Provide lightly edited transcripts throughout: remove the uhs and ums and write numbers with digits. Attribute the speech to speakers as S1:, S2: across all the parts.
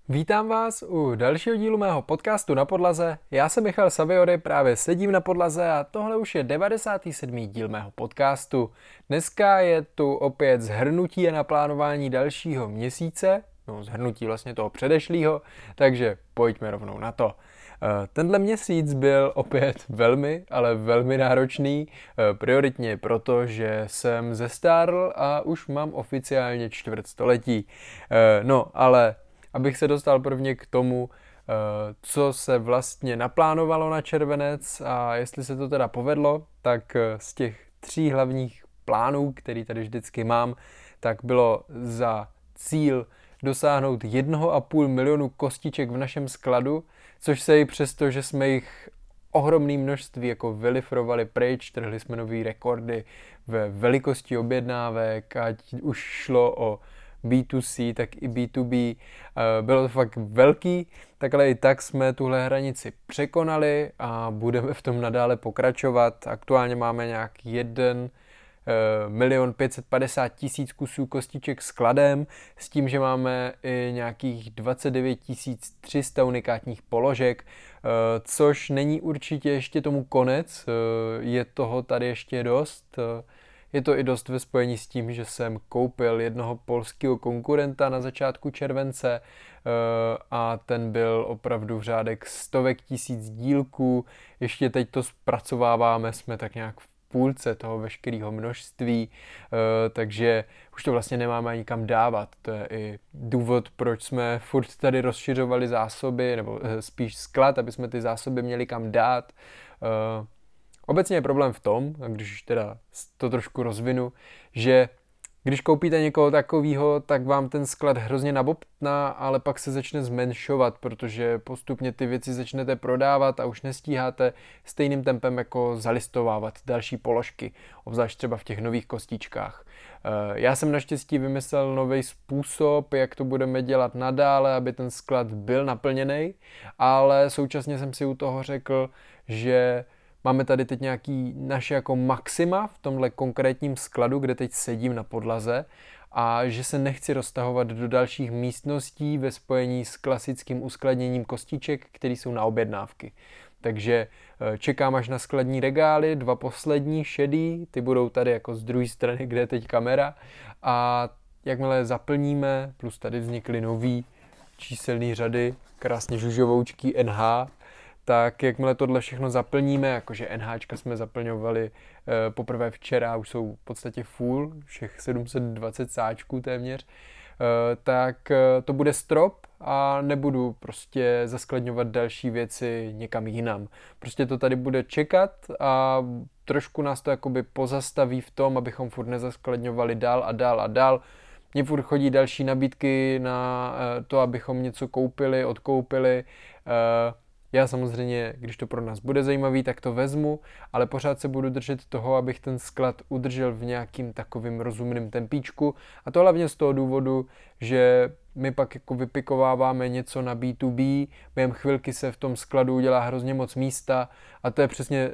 S1: Vítám vás u dalšího dílu mého podcastu Na podlaze. Já jsem Michal Saviory, právě sedím na podlaze a tohle už je 97. díl mého podcastu. Dneska je tu opět shrnutí a naplánování dalšího měsíce, shrnutí vlastně toho předešlýho, takže pojďme rovnou na to. Tenhle měsíc byl opět velmi náročný, prioritně proto, že jsem zestárl a už mám oficiálně čtvrtstoletí. Ale abych se dostal prvně k tomu, co se vlastně naplánovalo na červenec a jestli se to teda povedlo, tak z těch 3 hlavních plánů, který tady vždycky mám, tak bylo za cíl dosáhnout 1,5 milionu kostiček v našem skladu, což se i přesto, že jsme jich ohromné množství jako vylifrovali pryč, trhli jsme nový rekordy ve velikosti objednávek, ať už šlo o B2C, tak i B2B. Bylo to fakt velký, tak ale i tak jsme tuhle hranici překonali a budeme v tom nadále pokračovat. Aktuálně máme nějak 1 550 000 kusů kostiček skladem, s tím, že máme i nějakých 29 300 unikátních položek, což není určitě ještě tomu konec, je toho tady ještě dost. Je to i dost ve spojení s tím, že jsem koupil jednoho polského konkurenta na začátku července a ten byl opravdu v řádek stovek tisíc dílků. Ještě teď to zpracováváme, jsme tak nějak v půlce toho veškerého množství, takže už to vlastně nemáme ani kam dávat. To je i důvod, proč jsme furt tady rozšiřovali zásoby, nebo spíš sklad, aby jsme ty zásoby měli kam dát. Obecně je problém v tom, a když teda to trošku rozvinu, že když koupíte někoho takového, tak vám ten sklad hrozně nabobtná, ale pak se začne zmenšovat, protože postupně ty věci začnete prodávat a už nestíháte stejným tempem jako zalistovávat další položky, obzvlášť třeba v těch nových kostičkách. Já jsem naštěstí vymyslel nový způsob, jak to budeme dělat nadále, aby ten sklad byl naplněný, ale současně jsem si u toho řekl, že máme tady teď nějaký naše jako maxima v tomhle konkrétním skladu, kde teď sedím na podlaze a že se nechci roztahovat do dalších místností ve spojení s klasickým uskladněním kostiček, které jsou na objednávky. Takže čekám až na skladní regály, 2 poslední šedý, ty budou tady jako z druhé strany, kde je teď kamera a jakmile zaplníme, plus tady vznikly nový číselný řady, krásně žužovoučký NH, tak jakmile tohle všechno zaplníme, jakože NHčka jsme zaplňovali poprvé včera, už jsou v podstatě full, všech 720 sáčků téměř, tak to bude strop a nebudu prostě zaskladňovat další věci někam jinam. Prostě to tady bude čekat a trošku nás to jakoby pozastaví v tom, abychom furt nezaskladňovali dál a dál a dál. Mně furt chodí další nabídky na to, abychom něco koupili, odkoupili. Já samozřejmě, když to pro nás bude zajímavý, tak to vezmu, ale pořád se budu držet toho, abych ten sklad udržel v nějakým takovým rozumným tempíčku. A to hlavně z toho důvodu, že my pak jako vypikováváme něco na B2B, během chvilky se v tom skladu udělá hrozně moc místa a to je přesně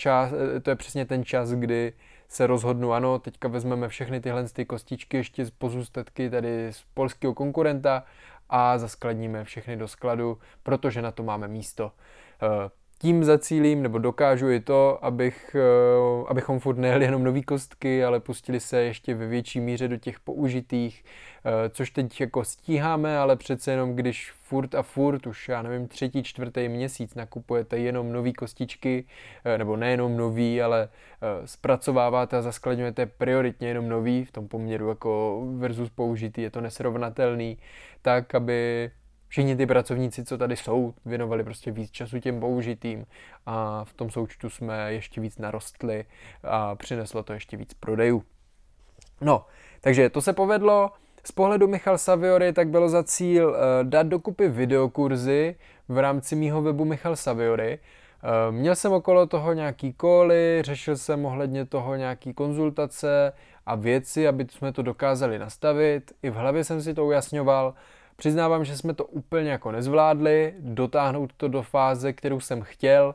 S1: ten čas, kdy se rozhodnu, ano, teďka vezmeme všechny tyhle kostičky ještě z pozůstatky tady z polského konkurenta a zaskladníme všechny do skladu, protože na to máme místo. Tím zacílím, nebo dokážu i to, abychom furt nejeli jenom nový kostky, ale pustili se ještě ve větší míře do těch použitých, což teď jako stíháme, ale přece jenom když furt, už já nevím, 3., 4. měsíc nakupujete jenom nový kostičky, nebo nejenom nový, ale zpracováváte a zaskladňujete prioritně jenom nový, v tom poměru jako versus použitý, je to nesrovnatelný, tak aby všichni ty pracovníci, co tady jsou, věnovali prostě víc času těm použitým a v tom součtu jsme ještě víc narostli a přineslo to ještě víc prodejů. No, takže to se povedlo. Z pohledu Michal Saviory tak bylo za cíl dát dokupy videokurzy v rámci mýho webu Michal Saviory. Měl jsem okolo toho nějaký cally, řešil jsem ohledně toho nějaký konzultace a věci, aby jsme to dokázali nastavit. I v hlavě jsem si to ujasňoval. Přiznávám, že jsme to úplně jako nezvládli, dotáhnout to do fáze, kterou jsem chtěl.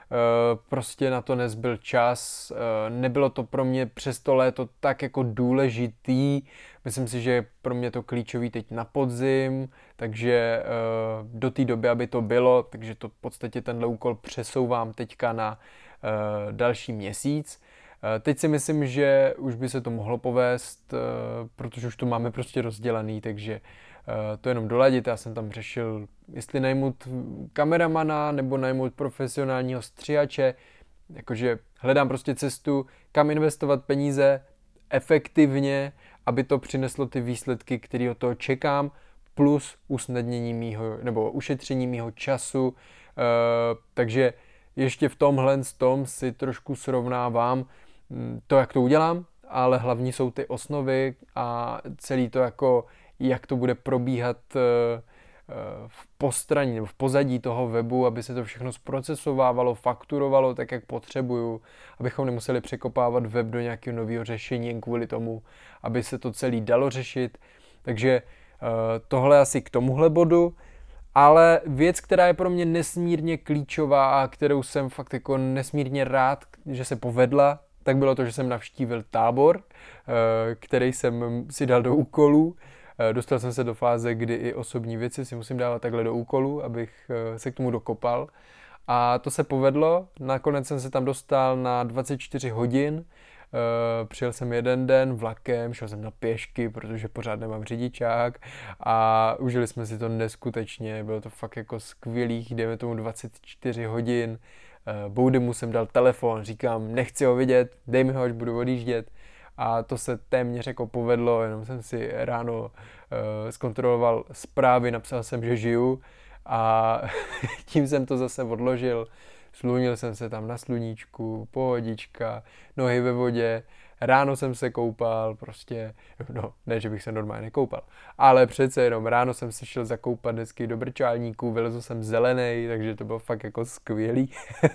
S1: prostě na to nezbyl čas, nebylo to pro mě přes to léto tak jako důležitý, myslím si, že je pro mě to klíčový teď na podzim, takže do té doby, aby to bylo, takže to v podstatě tenhle úkol přesouvám teďka na další měsíc. Teď si myslím, že už by se to mohlo povést, protože už to máme prostě rozdělaný, takže to jenom doladit. Já jsem tam řešil, jestli najmout kameramana nebo najmout profesionálního stříhače, jakože hledám prostě cestu, kam investovat peníze efektivně, aby to přineslo ty výsledky, které od toho čekám, plus usnadnění mýho, nebo ušetření mýho času, takže ještě v tomhle si trošku srovnávám to, jak to udělám, ale hlavní jsou ty osnovy a celý to jako, jak to bude probíhat v postraní nebo v pozadí toho webu, aby se to všechno zprocesovávalo, fakturovalo tak, jak potřebuju, abychom nemuseli překopávat web do nějakého nového řešení jen kvůli tomu, aby se to celý dalo řešit. Takže tohle asi k tomuhle bodu. Ale věc, která je pro mě nesmírně klíčová a kterou jsem fakt jako nesmírně rád, že se povedla, tak bylo to, že jsem navštívil tábor, který jsem si dal do úkolů. Dostal jsem se do fáze, kdy i osobní věci si musím dávat takhle do úkolů, abych se k tomu dokopal. A to se povedlo, nakonec jsem se tam dostal na 24 hodin, přijel jsem jeden den vlakem, šel jsem na pěšky, protože pořád nemám řidičák a užili jsme si to neskutečně, bylo to fakt jako skvělých, dejme tomu 24 hodin, Boudemu jsem dal telefon, říkám, nechci ho vidět, dej mi ho, až budu odjíždět a to se téměř jako povedlo, jenom jsem si ráno zkontroloval zprávy, napsal jsem, že žiju a tím jsem to zase odložil. Slunil jsem se tam na sluníčku, pohodička, nohy ve vodě, ráno jsem se koupal, prostě, no, ne, že bych se normálně nekoupal, ale přece jenom ráno jsem se šel zakoupat vždycky do brčálníků, vylezl jsem zelenej, takže to bylo fakt jako skvělý.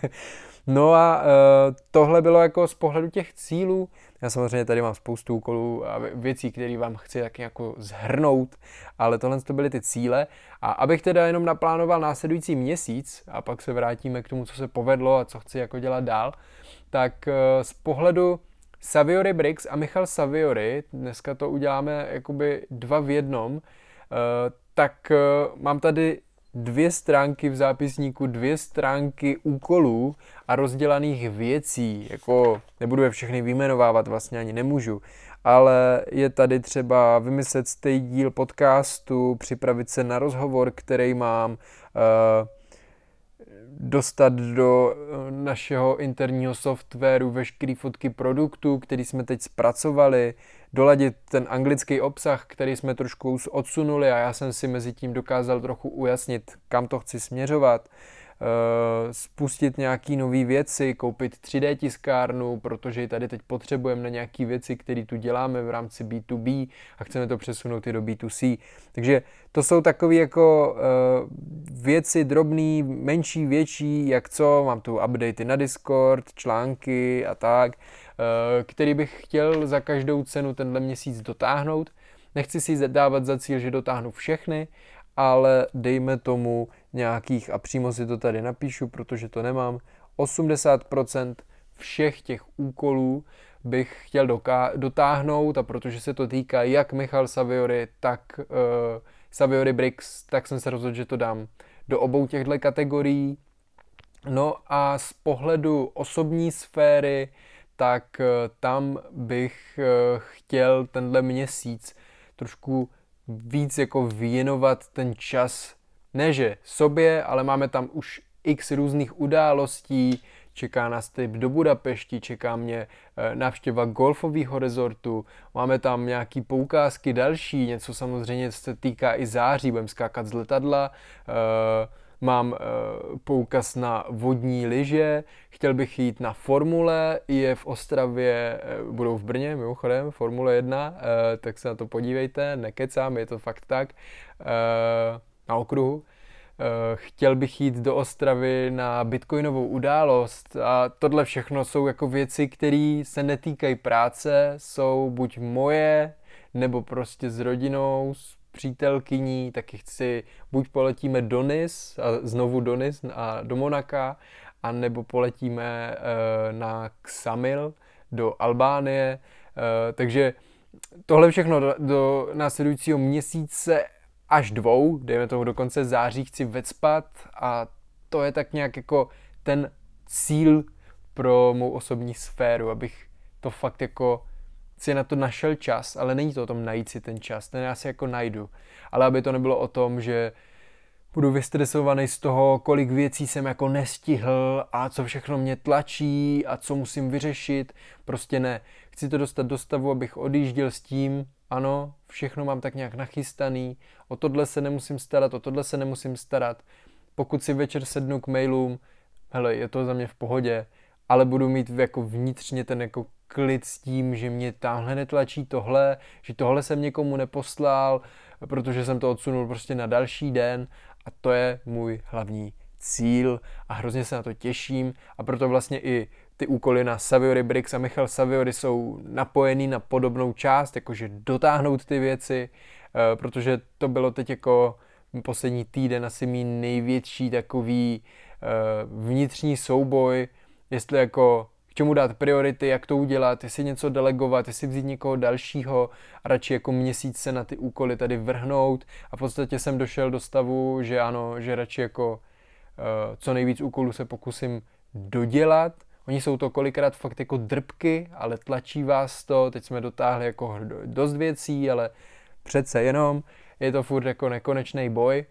S1: No a tohle bylo jako z pohledu těch cílů. Já samozřejmě tady mám spoustu úkolů a věcí, které vám chci tak jako zhrnout, ale tohle to byly ty cíle. A abych teda jenom naplánoval následující měsíc a pak se vrátíme k tomu, co se povedlo a co chci jako dělat dál, tak z pohledu Saviory Bricks a Michal Saviory, dneska to uděláme jakoby dva v jednom, tak mám tady 2 stránky v zápisníku, 2 stránky úkolů a rozdělaných věcí, jako nebudu je všechny vyjmenovávat, vlastně ani nemůžu, ale je tady třeba vymyslet stejný díl podcastu, připravit se na rozhovor, který mám, dostat do našeho interního softwaru veškeré fotky produktů, který jsme teď zpracovali, doladit ten anglický obsah, který jsme trošku odsunuli a já jsem si mezi tím dokázal trochu ujasnit, kam to chci směřovat, spustit nějaký nové věci, koupit 3D tiskárnu, protože ji tady teď potřebujeme na nějaké věci, které tu děláme v rámci B2B a chceme to přesunout i do B2C. Takže to jsou takové jako věci drobný, menší, větší, jak co, mám tu updaty na Discord, články a tak, který bych chtěl za každou cenu tenhle měsíc dotáhnout. Nechci si dávat za cíl, že dotáhnu všechny, ale dejme tomu nějakých, a přímo si to tady napíšu, protože to nemám, 80% všech těch úkolů bych chtěl dotáhnout a protože se to týká jak Michal Saviory, tak Saviory Bricks, tak jsem se rozhodl, že to dám do obou těchto kategorií. No a z pohledu osobní sféry, tak tam bych chtěl tenhle měsíc trošku víc jako věnovat ten čas, ne že sobě, ale máme tam už x různých událostí, čeká nás trip do Budapešti, čeká mě návštěva golfového rezortu, máme tam nějaký poukázky další, něco samozřejmě se týká i září, budeme skákat z letadla, mám poukaz na vodní lyže, chtěl bych jít na Formule, je v Ostravě, budou v Brně mimochodem, Formule 1, tak se na to podívejte, nekecám, je to fakt tak, na okruhu. Chtěl bych jít do Ostravy na bitcoinovou událost a tohle všechno jsou jako věci, které se netýkají práce, jsou buď moje, nebo prostě s rodinou, s přítelkyní, taky chci, buď poletíme do Nice a znovu do Nice a do Monaka, anebo poletíme na Ksamil do Albánie, takže tohle všechno do následujícího měsíce až 2, dejme tomu do konce září, chci vecpat a to je tak nějak jako ten cíl pro mou osobní sféru, abych to fakt jako si na to našel čas, ale není to o tom najít si ten čas, ten já si jako najdu, ale aby to nebylo o tom, že budu vystresovaný z toho, kolik věcí jsem jako nestihl a co všechno mě tlačí a co musím vyřešit. Prostě ne. Chci to dostat do stavu, abych odjížděl s tím, ano, všechno mám tak nějak nachystaný, o tohle se nemusím starat, o tohle se nemusím starat. Pokud si večer sednu k mailům, hele, je to za mě v pohodě, ale budu mít jako vnitřně ten jako klid s tím, že mě tamhle netlačí tohle, že tohle jsem někomu neposlal, protože jsem to odsunul prostě na další den a to je můj hlavní cíl a hrozně se na to těším a proto vlastně i ty úkoly na Saviory Bricks a Michal Saviory jsou napojený na podobnou část, jakože dotáhnout ty věci, protože to bylo teď jako poslední týden asi mý největší takový vnitřní souboj, jestli jako k čemu dát priority, jak to udělat, jestli něco delegovat, jestli vzít někoho dalšího a radši jako měsíc se na ty úkoly tady vrhnout a v podstatě jsem došel do stavu, že ano, že radši jako co nejvíc úkolů se pokusím dodělat. Oni jsou to kolikrát fakt jako drbky, ale tlačí vás to, teď jsme dotáhli jako dost věcí, ale přece jenom je to furt jako nekonečný boj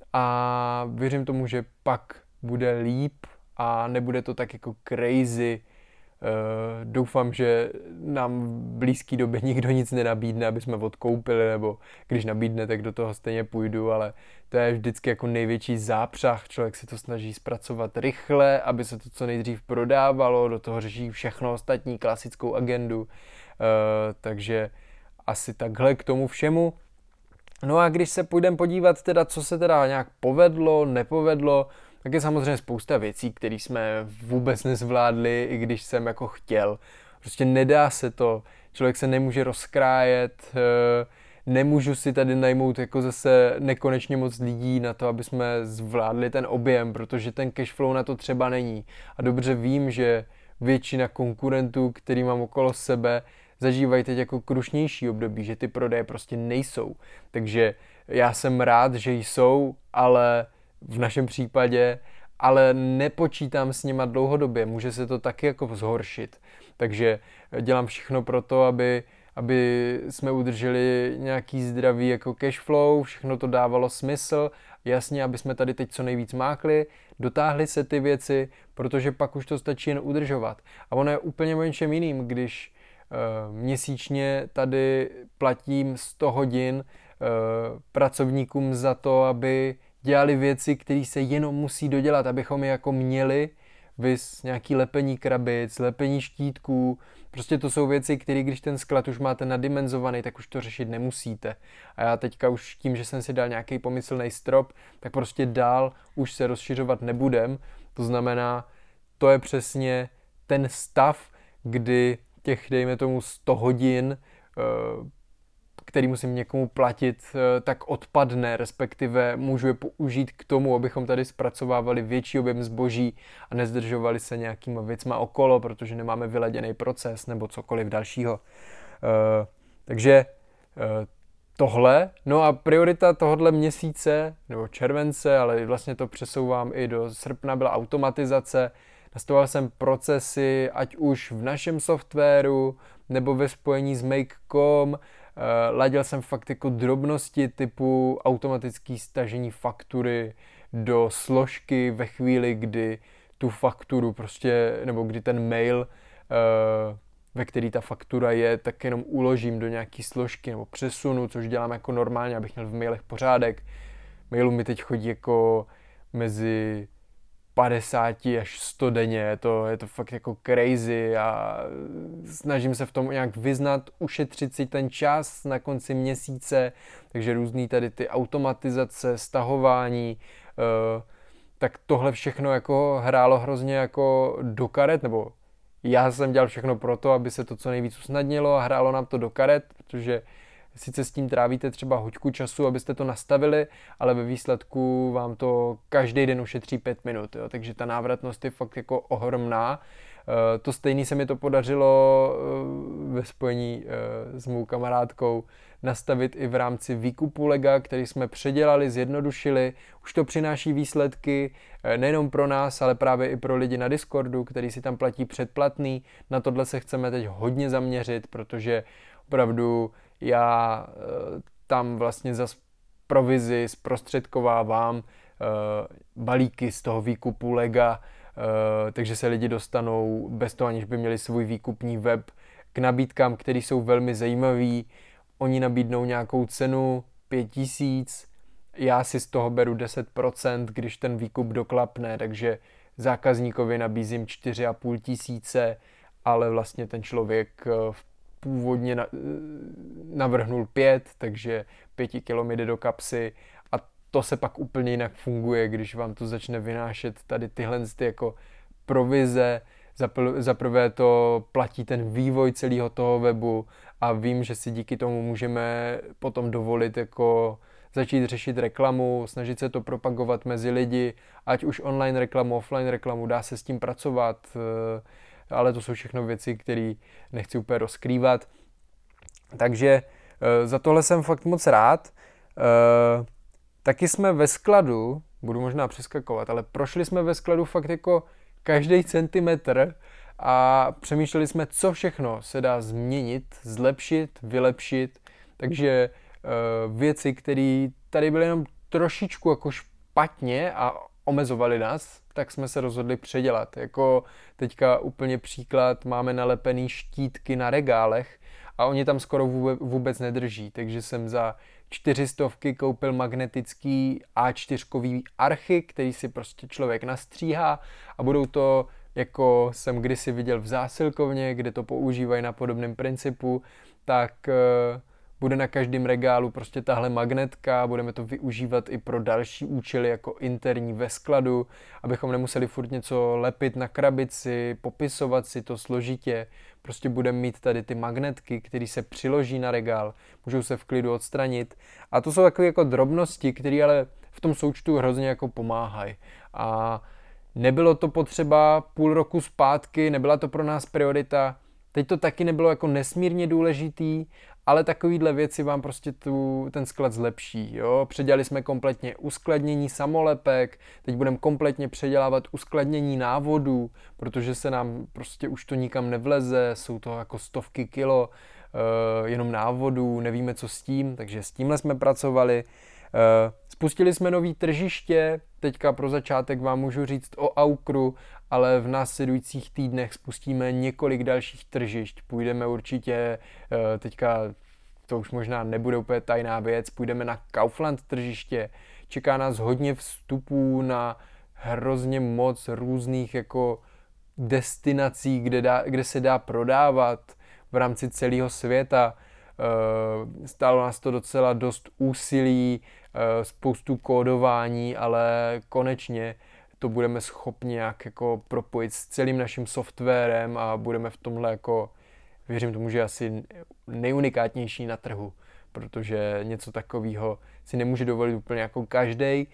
S1: a věřím tomu, že pak bude líp a nebude to tak jako crazy. Doufám, že nám v blízké době nikdo nic nenabídne, aby jsme odkoupili, nebo když nabídne, tak do toho stejně půjdu, ale to je vždycky jako největší zápřah. Člověk si to snaží zpracovat rychle, aby se to co nejdřív prodávalo, do toho řeší všechno ostatní, klasickou agendu, takže asi takhle k tomu všemu. No a když se půjdeme podívat teda, co se teda nějak povedlo, nepovedlo, tak je samozřejmě spousta věcí, které jsme vůbec nezvládli, i když jsem jako chtěl. Prostě nedá se to, člověk se nemůže rozkrájet, nemůžu si tady najmout jako zase nekonečně moc lidí na to, aby jsme zvládli ten objem, protože ten cashflow na to třeba není. A dobře vím, že většina konkurentů, který mám okolo sebe, zažívají teď jako krušnější období, že ty prodeje prostě nejsou. Takže já jsem rád, že jsou, ale v našem případě, ale nepočítám s nima dlouhodobě, může se to taky jako zhoršit. Takže dělám všechno pro to, aby jsme udrželi nějaký zdravý jako cashflow, všechno to dávalo smysl, jasně, aby jsme tady teď co nejvíc mákli, dotáhli se ty věci, protože pak už to stačí jen udržovat. A ono je úplně o něčem jiným, když měsíčně tady platím 100 hodin pracovníkům za to, aby dělali věci, které se jenom musí dodělat, abychom je jako měli, vys nějaký lepení krabic, lepení štítků, prostě to jsou věci, které když ten sklad už máte nadimenzovaný, tak už to řešit nemusíte. A já teďka už tím, že jsem si dal nějaký pomyslný strop, tak prostě dál už se rozšiřovat nebudem. To znamená, to je přesně ten stav, kdy těch, dejme tomu 100 hodin, který musím někomu platit, tak odpadne, respektive můžu je použít k tomu, abychom tady zpracovávali větší objem zboží a nezdržovali se nějakýma věcma okolo, protože nemáme vyladěný proces nebo cokoliv dalšího. Takže tohle, no a priorita tohohle měsíce, nebo července, ale vlastně to přesouvám i do srpna, byla automatizace. Nastavoval jsem procesy, ať už v našem softwaru, nebo ve spojení s Make.com. Ladil jsem fakt jako drobnosti typu automatické stažení faktury do složky ve chvíli, kdy tu fakturu prostě, nebo kdy ten mail, ve který ta faktura je, tak jenom uložím do nějaký složky nebo přesunu, což dělám jako normálně, abych měl v mailech pořádek. Mailů mi teď chodí jako mezi 50 až 100 denně, je to fakt jako crazy a snažím se v tom nějak vyznat, ušetřit si ten čas na konci měsíce, takže různý tady ty automatizace, stahování, tak tohle všechno jako hrálo hrozně jako do karet, nebo já jsem dělal všechno pro to, aby se to co nejvíc usnadnilo a hrálo nám to do karet, protože sice s tím trávíte třeba hoďku času, abyste to nastavili, ale ve výsledku vám to každý den ušetří 5 minut, jo? Takže ta návratnost je fakt jako ohromná. To stejné se mi to podařilo ve spojení s mou kamarádkou nastavit i v rámci výkupu lega, který jsme předělali, zjednodušili. Už to přináší výsledky nejenom pro nás, ale právě i pro lidi na Discordu, který si tam platí předplatný. Na tohle se chceme teď hodně zaměřit, protože opravdu já tam vlastně za provizi zprostředkovávám balíky z toho výkupu lega, takže se lidi dostanou bez toho, aniž by měli svůj výkupní web k nabídkám, které jsou velmi zajímavé. Oni nabídnou nějakou cenu 5000, já si z toho beru 10%, když ten výkup doklapne, takže zákazníkovi nabízím 4500, ale vlastně ten člověk původně navrhnul 5, takže 5 kilo mi jde do kapsy a to se pak úplně jinak funguje, když vám to začne vynášet tady tyhle jako provize. Za prvé to platí ten vývoj celého toho webu a vím, že si díky tomu můžeme potom dovolit jako začít řešit reklamu, snažit se to propagovat mezi lidi, ať už online reklamu, offline reklamu, dá se s tím pracovat, ale to jsou všechno věci, které nechci úplně rozkrývat. Takže za tohle jsem fakt moc rád. Taky jsme ve skladu, budu možná přeskakovat, ale prošli jsme ve skladu fakt jako každý centimetr a přemýšleli jsme, co všechno se dá změnit, zlepšit, vylepšit. Takže věci, které tady byly jenom trošičku jako špatně a omezovaly nás, tak jsme se rozhodli předělat. Jako teďka úplně příklad, máme nalepený štítky na regálech a oni tam skoro vůbec nedrží, takže jsem za 400 koupil magnetický A4kový archy, který si prostě člověk nastříhá a budou to, jako jsem kdysi viděl v zásilkovně, kde to používají na podobném principu, tak bude na každém regálu prostě tahle magnetka, budeme to využívat i pro další účely jako interní ve skladu, abychom nemuseli furt něco lepit na krabici, popisovat si to složitě. Prostě budeme mít tady ty magnetky, které se přiloží na regál, můžou se v klidu odstranit. A to jsou takové jako drobnosti, které ale v tom součtu hrozně jako pomáhají. A nebylo to potřeba půl roku zpátky, nebyla to pro nás priorita. Teď to taky nebylo jako nesmírně důležitý, ale takovýhle věci vám prostě ten sklad zlepší. Jo? Předělali jsme kompletně uskladnění samolepek, teď budeme kompletně předělávat uskladnění návodů, protože se nám prostě už to nikam nevleze, jsou to jako stovky kilo jenom návodů, nevíme co s tím, takže s tímhle jsme pracovali. Spustili jsme nový tržiště, teďka pro začátek vám můžu říct o Aukru, ale v následujících týdnech spustíme několik dalších tržišť. Půjdeme určitě, teďka to už možná nebude úplně tajná věc, půjdeme na Kaufland tržiště. Čeká nás hodně vstupů na hrozně moc různých jako destinací, kde se dá prodávat v rámci celého světa. Stálo nás to docela dost úsilí, spoustu kódování, ale konečně to budeme schopni nějak jako propojit s celým naším softwarem a budeme v tomhle jako, věřím tomu, že asi nejunikátnější na trhu, protože něco takového si nemůže dovolit úplně jako každej.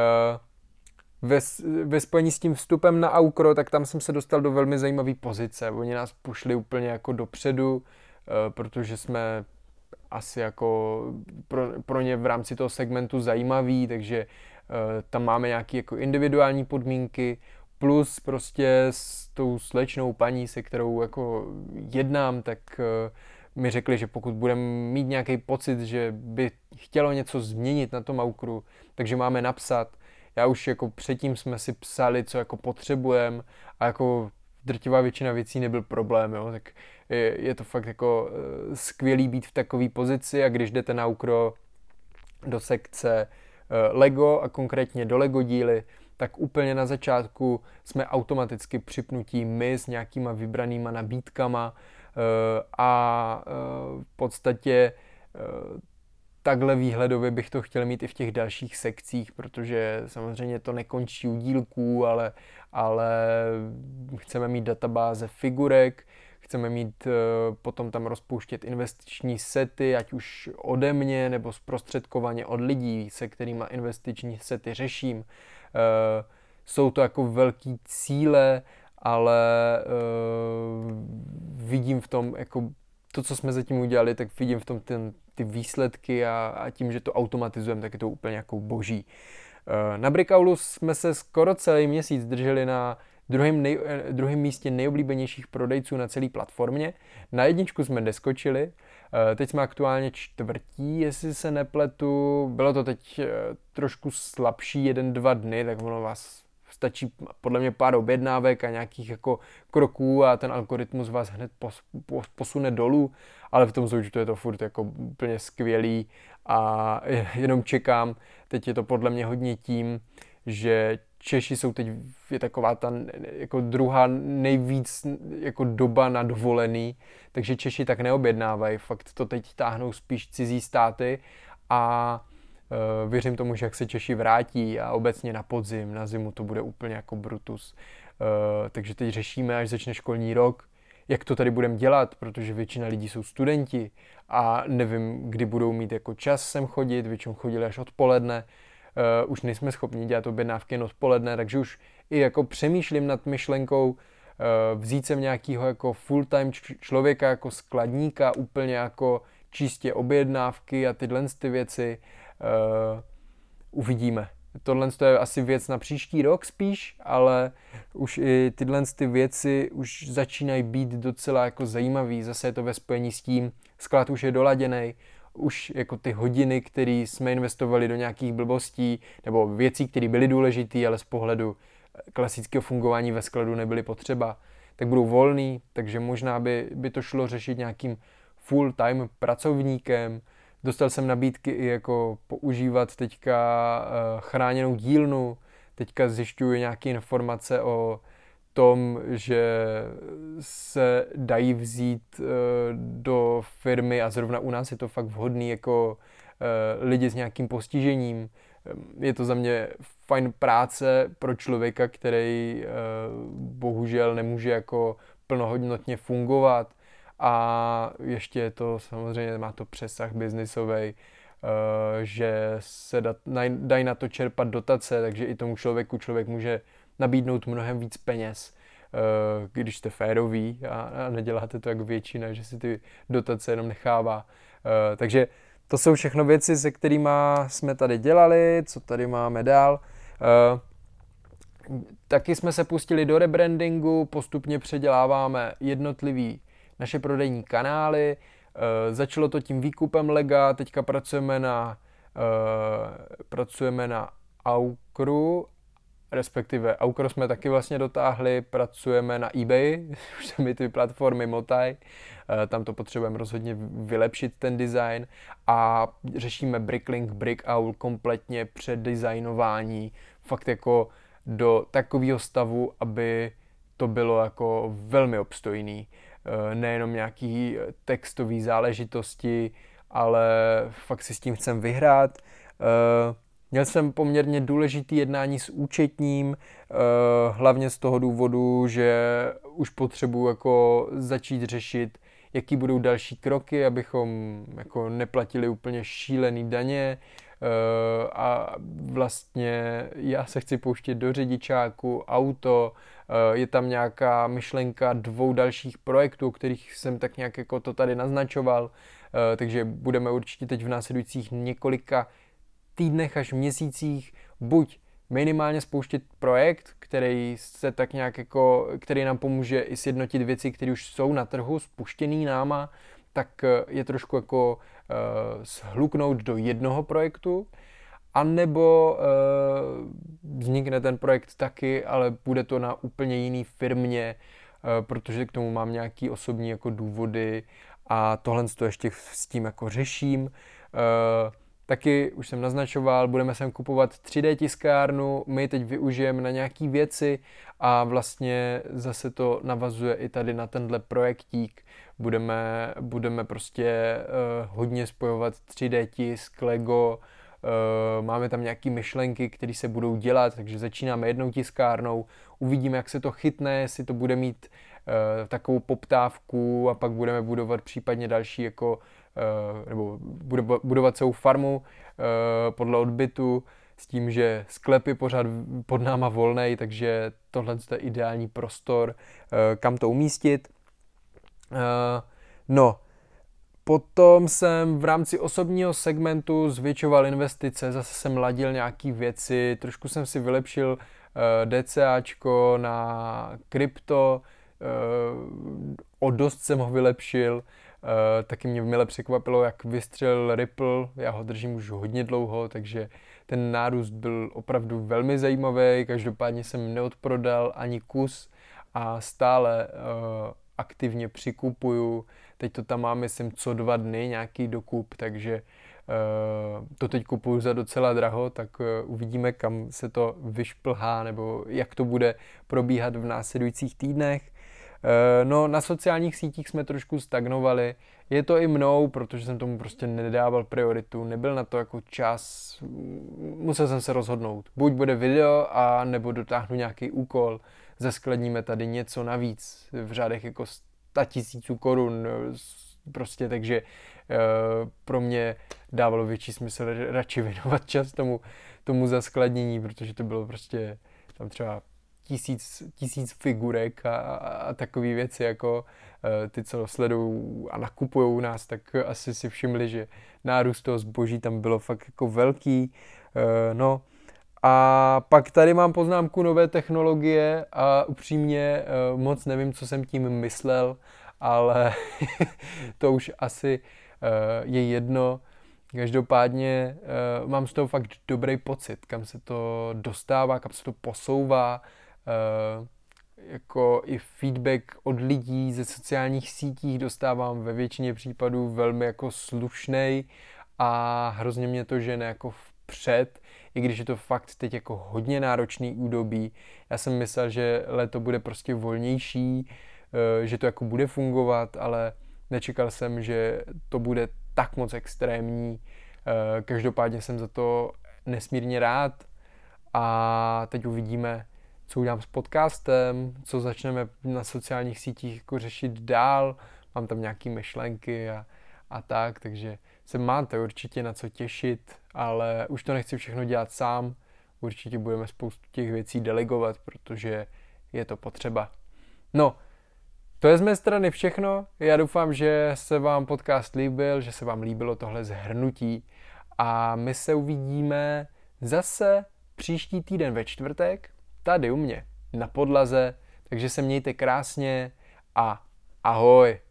S1: Ve spojení s tím vstupem na Aukro, tak tam jsem se dostal do velmi zajímavé pozice. Oni nás pušli úplně jako dopředu, protože jsme asi jako pro ně v rámci toho segmentu zajímaví, takže tam máme nějaké jako individuální podmínky, plus prostě s tou slečnou paní, se kterou jako jednám, tak mi řekli, že pokud budeme mít nějaký pocit, že by chtělo něco změnit na tom Aukru, takže máme napsat. Já už jako předtím jsme si psali, co jako potřebujeme a jako drtivá většina věcí nebyl problém, jo? Tak je to fakt jako skvělý být v takové pozici a když jdete na Aukro do sekce Lego a konkrétně do Lego díly, tak úplně na začátku jsme automaticky připnutí my s nějakýma vybranýma nabídkama a v podstatě takhle výhledově bych to chtěl mít i v těch dalších sekcích, protože samozřejmě to nekončí u dílků, ale chceme mít databáze figurek, chceme mít potom tam rozpouštět investiční sety, ať už ode mě, nebo zprostředkovaně od lidí, se kterými investiční sety řeším. Jsou to jako velký cíle, ale vidím v tom, jako to, co jsme zatím udělali, tak vidím v tom ty výsledky a tím, že to automatizujeme, tak je to úplně jako boží. Na Brickaulu jsme se skoro celý měsíc drželi na druhém místě nejoblíbenějších prodejců na celé platformě. Na jedničku jsme neskočili, teď jsme aktuálně čtvrtí, jestli se nepletu. Bylo to teď trošku slabší 1-2 dny, tak ono vás stačí podle mě pár objednávek a nějakých jako kroků a ten algoritmus vás hned posune dolů, ale v tom součtu je to furt jako úplně skvělý a jenom čekám. Teď je to podle mě hodně tím, že Češi jsou teď, je taková ta jako druhá nejvíc jako doba na dovolený, takže Češi tak neobjednávají, fakt to teď táhnou spíš cizí státy a věřím tomu, že jak se Češi vrátí a obecně na podzim, na zimu to bude úplně jako brutus. Takže teď řešíme, až začne školní rok, jak to tady budeme dělat, protože většina lidí jsou studenti a nevím, kdy budou mít jako čas sem chodit, většinou chodili až odpoledne. Už nejsme schopni dělat objednávky jen odpoledne, takže už i jako přemýšlím nad myšlenkou vzít sem nějakého jako full-time člověka, jako skladníka, úplně jako čistě objednávky a tyhle ty věci. Uvidíme. Tohle je asi věc na příští rok spíš, ale už i tyhle ty věci už začínají být docela jako zajímavý. Zase je to ve spojení s tím, sklad už je doladěnej, už jako ty hodiny, které jsme investovali do nějakých blbostí nebo věcí, které byly důležité, ale z pohledu klasického fungování ve skladu nebyly potřeba, tak budou volný, takže možná by to šlo řešit nějakým full-time pracovníkem. Dostal jsem nabídky i jako používat teďka chráněnou dílnu, teďka zjišťuji nějaké informace o tom, že se dají vzít do firmy a zrovna u nás je to fakt vhodný jako lidi s nějakým postižením. Je to za mě fajn práce pro člověka, který bohužel nemůže jako plnohodnotně fungovat a ještě je to samozřejmě má to přesah biznisový, že se dají na to čerpat dotace, takže i tomu člověk může nabídnout mnohem víc peněz, když jste féroví a neděláte to jako většina, že si ty dotace jenom nechává. Takže to jsou všechno věci, se kterými jsme tady dělali, co tady máme dál. Taky jsme se pustili do rebrandingu, postupně předěláváme jednotlivý naše prodejní kanály. Začalo to tím výkupem lega, teďka pracujeme na Aukru, respektive Aukro jsme taky vlastně dotáhli, pracujeme na eBay, už se mi ty platformy motají, tam to potřebujeme rozhodně vylepšit ten design a řešíme Bricklink, Brickowl kompletně předdesignování, fakt jako do takového stavu, aby to bylo jako velmi obstojný. Nejenom nějaký textový záležitosti, ale fakt si s tím chcem vyhrát. Měl jsem poměrně důležitý jednání s účetním, hlavně z toho důvodu, že už potřebuji jako začít řešit, jaký budou další kroky, abychom jako neplatili úplně šílený daně a vlastně já se chci pouštět do řidičáku, auto, je tam nějaká myšlenka 2 dalších projektů, kterých jsem tak nějak jako to tady naznačoval, takže budeme určitě teď v následujících několika týdnech až měsících buď minimálně spouštět projekt, který se tak nějak jako, který nám pomůže i sjednotit věci, které už jsou na trhu, spuštěný náma, tak je trošku jako shluknout do jednoho projektu, anebo vznikne ten projekt taky, ale bude to na úplně jiný firmě, protože k tomu mám nějaký osobní jako důvody a tohle to ještě s tím jako řeším. Taky už jsem naznačoval, budeme sem kupovat 3D tiskárnu, my teď využijeme na nějaký věci a vlastně zase to navazuje i tady na tenhle projektík. Budeme prostě hodně spojovat 3D tisk, Lego, máme tam nějaké myšlenky, které se budou dělat, takže začínáme jednou tiskárnou, uvidíme, jak se to chytne, jestli to bude mít takovou poptávku a pak budeme budovat případně další jako, nebo budovat celou farmu podle odbytu s tím, že sklep je pořád pod náma volnej, takže tohle je ideální prostor, kam to umístit. Potom jsem v rámci osobního segmentu zvětšoval investice, zase jsem ladil nějaký věci, trošku jsem si vylepšil DCAčko na krypto, o dost jsem ho vylepšil, taky mě mile překvapilo, jak vystřelil Ripple, já ho držím už hodně dlouho, takže ten nárůst byl opravdu velmi zajímavý, každopádně jsem neodprodal ani kus a stále aktivně přikupuju. Teď to tam mám, myslím, co 2 dny nějaký dokup, takže to teď kupuju za docela draho, tak uvidíme, kam se to vyšplhá, nebo jak to bude probíhat v následujících týdnech. Na sociálních sítích jsme trošku stagnovali. Je to i mnou, protože jsem tomu prostě nedával prioritu, nebyl na to jako čas, musel jsem se rozhodnout. Buď bude video, a nebo dotáhnu nějaký úkol, zeskladníme tady něco navíc v řádech jako 100 000 korun, prostě, takže pro mě dávalo větší smysl radši věnovat čas tomu zaskladnění, protože to bylo prostě tam třeba 1000 figurek a takové věci, jako ty, co sledují a nakupují u nás, tak asi si všimli, že nárůst toho zboží tam bylo fakt jako velký. A pak tady mám poznámku nové technologie a upřímně moc nevím, co jsem tím myslel, ale to už asi je jedno. Každopádně mám z toho fakt dobrý pocit, kam se to dostává, kam se to posouvá. Jako i feedback od lidí ze sociálních sítích dostávám ve většině případů velmi jako slušnej a hrozně mě to žene jako vpřed, i když je to fakt teď jako hodně náročný údobí. Já jsem myslel, že léto bude prostě volnější, že to jako bude fungovat, ale nečekal jsem, že to bude tak moc extrémní. Každopádně jsem za to nesmírně rád a teď uvidíme, co udělám s podcastem, co začneme na sociálních sítích jako řešit dál. Mám tam nějaké myšlenky a tak, takže se máte určitě na co těšit, ale už to nechci všechno dělat sám. Určitě budeme spoustu těch věcí delegovat, protože je to potřeba. To je z mé strany všechno. Já doufám, že se vám podcast líbil, že se vám líbilo tohle shrnutí a my se uvidíme zase příští týden ve čtvrtek tady u mě na podlaze, takže se mějte krásně a ahoj.